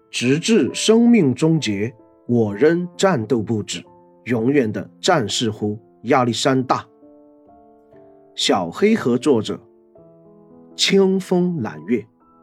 直至生命终结，我仍战斗不止。永远的战士乎亚历山大。小黑盒作者清风揽月。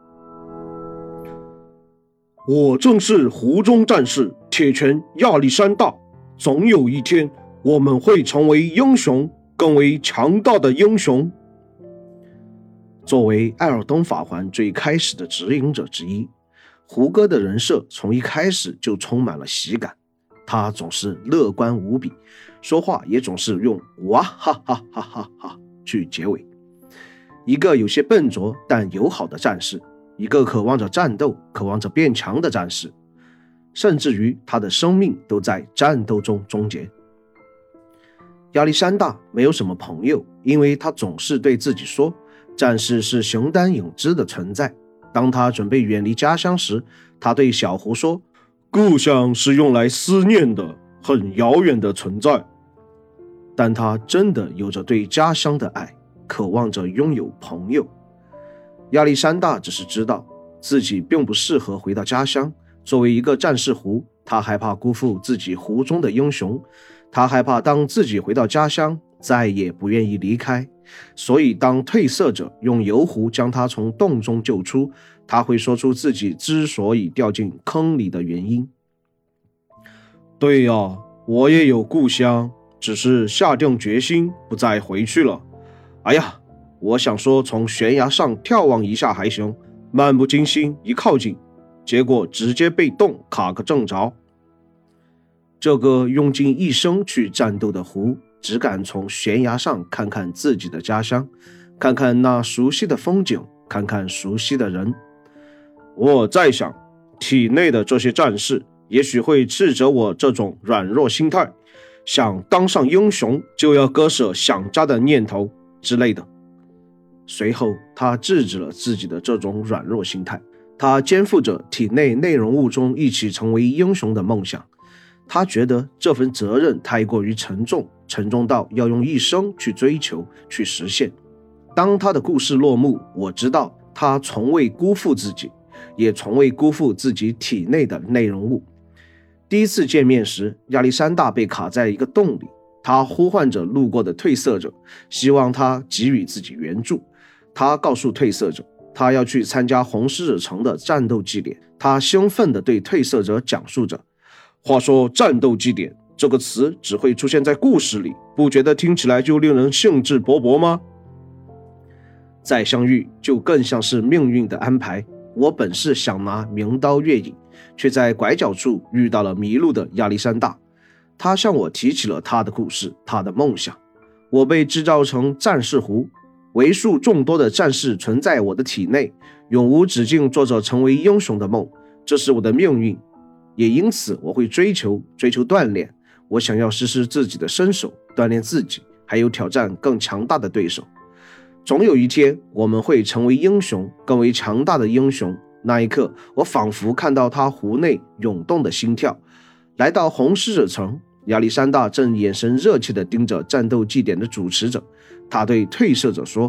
我正是湖中战士铁拳亚历山大，总有一天我们会成为英雄，更为强大的英雄。作为艾尔登法环最开始的指引者之一，胡歌的人设从一开始就充满了喜感，他总是乐观无比，说话也总是用哇哈哈哈哈哈去结尾。一个有些笨拙但友好的战士，一个渴望着战斗、渴望着变强的战士，甚至于他的生命都在战斗中终结。亚历山大没有什么朋友，因为他总是对自己说，战士是形单影只的存在。当他准备远离家乡时，他对小胡说，故乡是用来思念的，很遥远的存在。但他真的有着对家乡的爱，渴望着拥有朋友。亚历山大只是知道自己并不适合回到家乡，作为一个战士胡，他害怕辜负自己湖中的英雄，他害怕当自己回到家乡再也不愿意离开，所以当褪色者用油壶将他从洞中救出，他会说出自己之所以掉进坑里的原因。对呀，我也有故乡，只是下定决心不再回去了。哎呀，我想说从悬崖上眺望一下还行，漫不经心一靠近，结果直接被洞卡个正着。这个用尽一生去战斗的胡，只敢从悬崖上看看自己的家乡，看看那熟悉的风景，看看熟悉的人。我在想，体内的这些战士也许会斥责我这种软弱心态，想当上英雄就要割舍想家的念头之类的。随后他制止了自己的这种软弱心态，他肩负着体内内容物中一起成为英雄的梦想。他觉得这份责任太过于沉重，沉重到要用一生去追求，去实现。当他的故事落幕，我知道他从未辜负自己，也从未辜负自己体内的内容物。第一次见面时，亚历山大被卡在一个洞里，他呼唤着路过的褪色者，希望他给予自己援助。他告诉褪色者，他要去参加红狮子城的战斗祭典。他兴奋地对褪色者讲述着，话说战斗祭典这个词只会出现在故事里，不觉得听起来就令人兴致勃勃吗？再相遇就更像是命运的安排。我本是想拿名刀越引，却在拐角处遇到了迷路的亚历山大。他向我提起了他的故事，他的梦想。我被制造成战士胡，为数众多的战士存在我的体内，永无止境做着成为英雄的梦，这是我的命运。也因此我会追求锻炼，我想要试试自己的身手，锻炼自己，还有挑战更强大的对手。总有一天我们会成为英雄，更为强大的英雄。那一刻我仿佛看到他湖内涌动的心跳。来到红狮子城，亚历山大正眼神热切地盯着战斗祭典的主持者，他对褪色者说，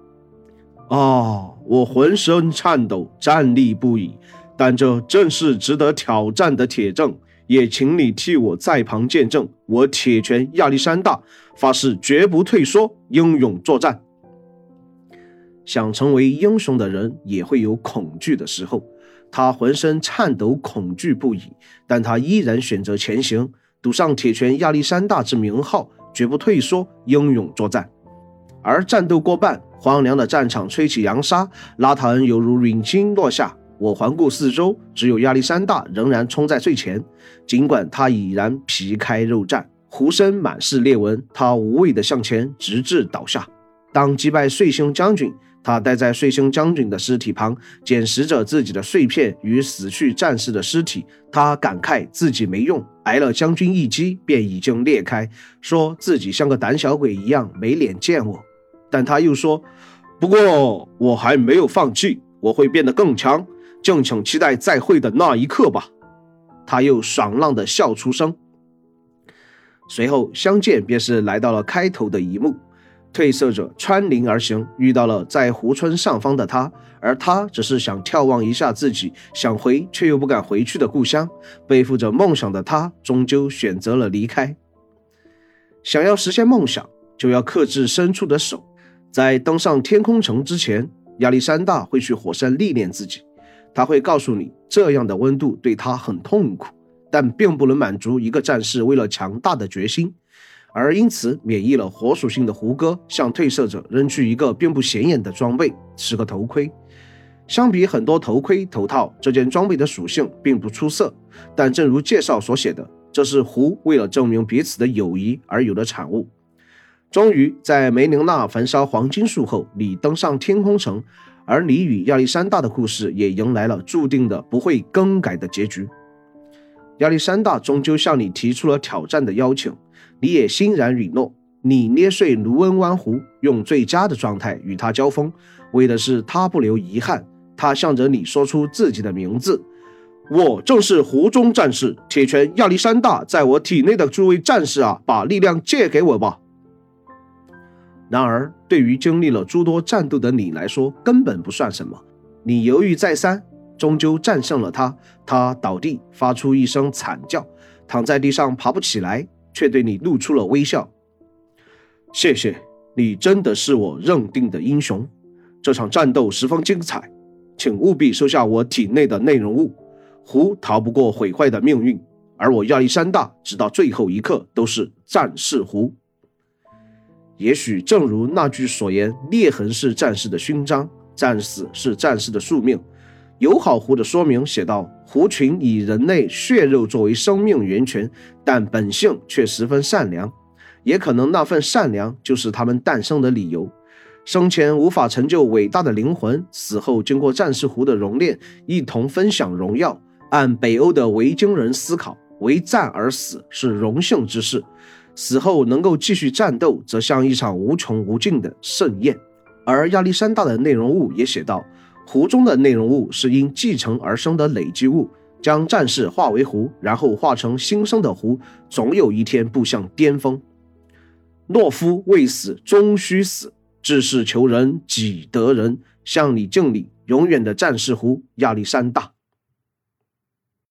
我浑身颤抖，战栗不已，但这正是值得挑战的铁证，也请你替我在旁见证，我铁拳亚历山大发誓绝不退缩，英勇作战。想成为英雄的人也会有恐惧的时候，他浑身颤抖，恐惧不已，但他依然选择前行，赌上铁拳亚历山大之名号，绝不退缩，英勇作战。而战斗过半，荒凉的战场吹起扬沙，拉塔恩犹如陨星落下。我环顾四周，只有亚历山大仍然冲在最前，尽管他已然皮开肉绽，壶身满是裂纹，他无畏地向前，直至倒下。当击败岁星将军，他待在岁星将军的尸体旁，捡拾着自己的碎片与死去战士的尸体。他感慨自己没用，挨了将军一击便已经裂开，说自己像个胆小鬼一样没脸见我。但他又说，不过我还没有放弃，我会变得更强，敬请期待再会的那一刻吧。他又爽朗地笑出声。随后相见便是来到了开头的一幕， 褪色者穿林而行，遇到了在湖村上方的他，而他只是想眺望一下自己想回却又不敢回去的故乡。背负着梦想的他终究选择了离开。想要实现梦想，就要克制深处的手。在登上天空城之前，亚历山大会去火山历练自己。他会告诉你，这样的温度对他很痛苦，但并不能满足一个战士为了强大的决心，而因此免疫了火属性的胡歌向褪色者扔去一个并不显眼的装备，是个头盔。相比很多头盔头套，这件装备的属性并不出色，但正如介绍所写的，这是胡为了证明彼此的友谊而有的产物。终于在梅琳娜焚烧黄金树后，你登上天空城，而你与亚历山大的故事也迎来了注定的不会更改的结局。亚历山大终究向你提出了挑战的邀请，你也欣然允诺。你捏碎卢恩湾湖，用最佳的状态与他交锋，为的是他不留遗憾。他向着你说出自己的名字：我正是湖中战士铁拳亚历山大，在我体内的诸位战士啊，把力量借给我吧。然而对于经历了诸多战斗的你来说，根本不算什么。你犹豫再三，终究战胜了他。他倒地发出一声惨叫，躺在地上爬不起来，却对你露出了微笑。谢谢，你真的是我认定的英雄。这场战斗十分精彩，请务必收下我体内的内容物。湖逃不过毁坏的命运，而我亚历山大直到最后一刻都是战士湖。也许正如那句所言，裂痕是战士的勋章，战死是战士的宿命。友好湖的说明写道，湖群以人类血肉作为生命源泉，但本性却十分善良，也可能那份善良就是他们诞生的理由。生前无法成就伟大的灵魂，死后经过战士湖的熔炼，一同分享荣耀。按北欧的维京人思考，为战而死是荣幸之事，死后能够继续战斗，则像一场无穷无尽的盛宴。而亚历山大的内容物也写道，湖中的内容物是因继承而生的累积物，将战士化为湖，然后化成新生的湖，总有一天步向巅峰。懦夫未死终须死，志士求仁己得仁。向你敬礼，永远的战士湖亚历山大。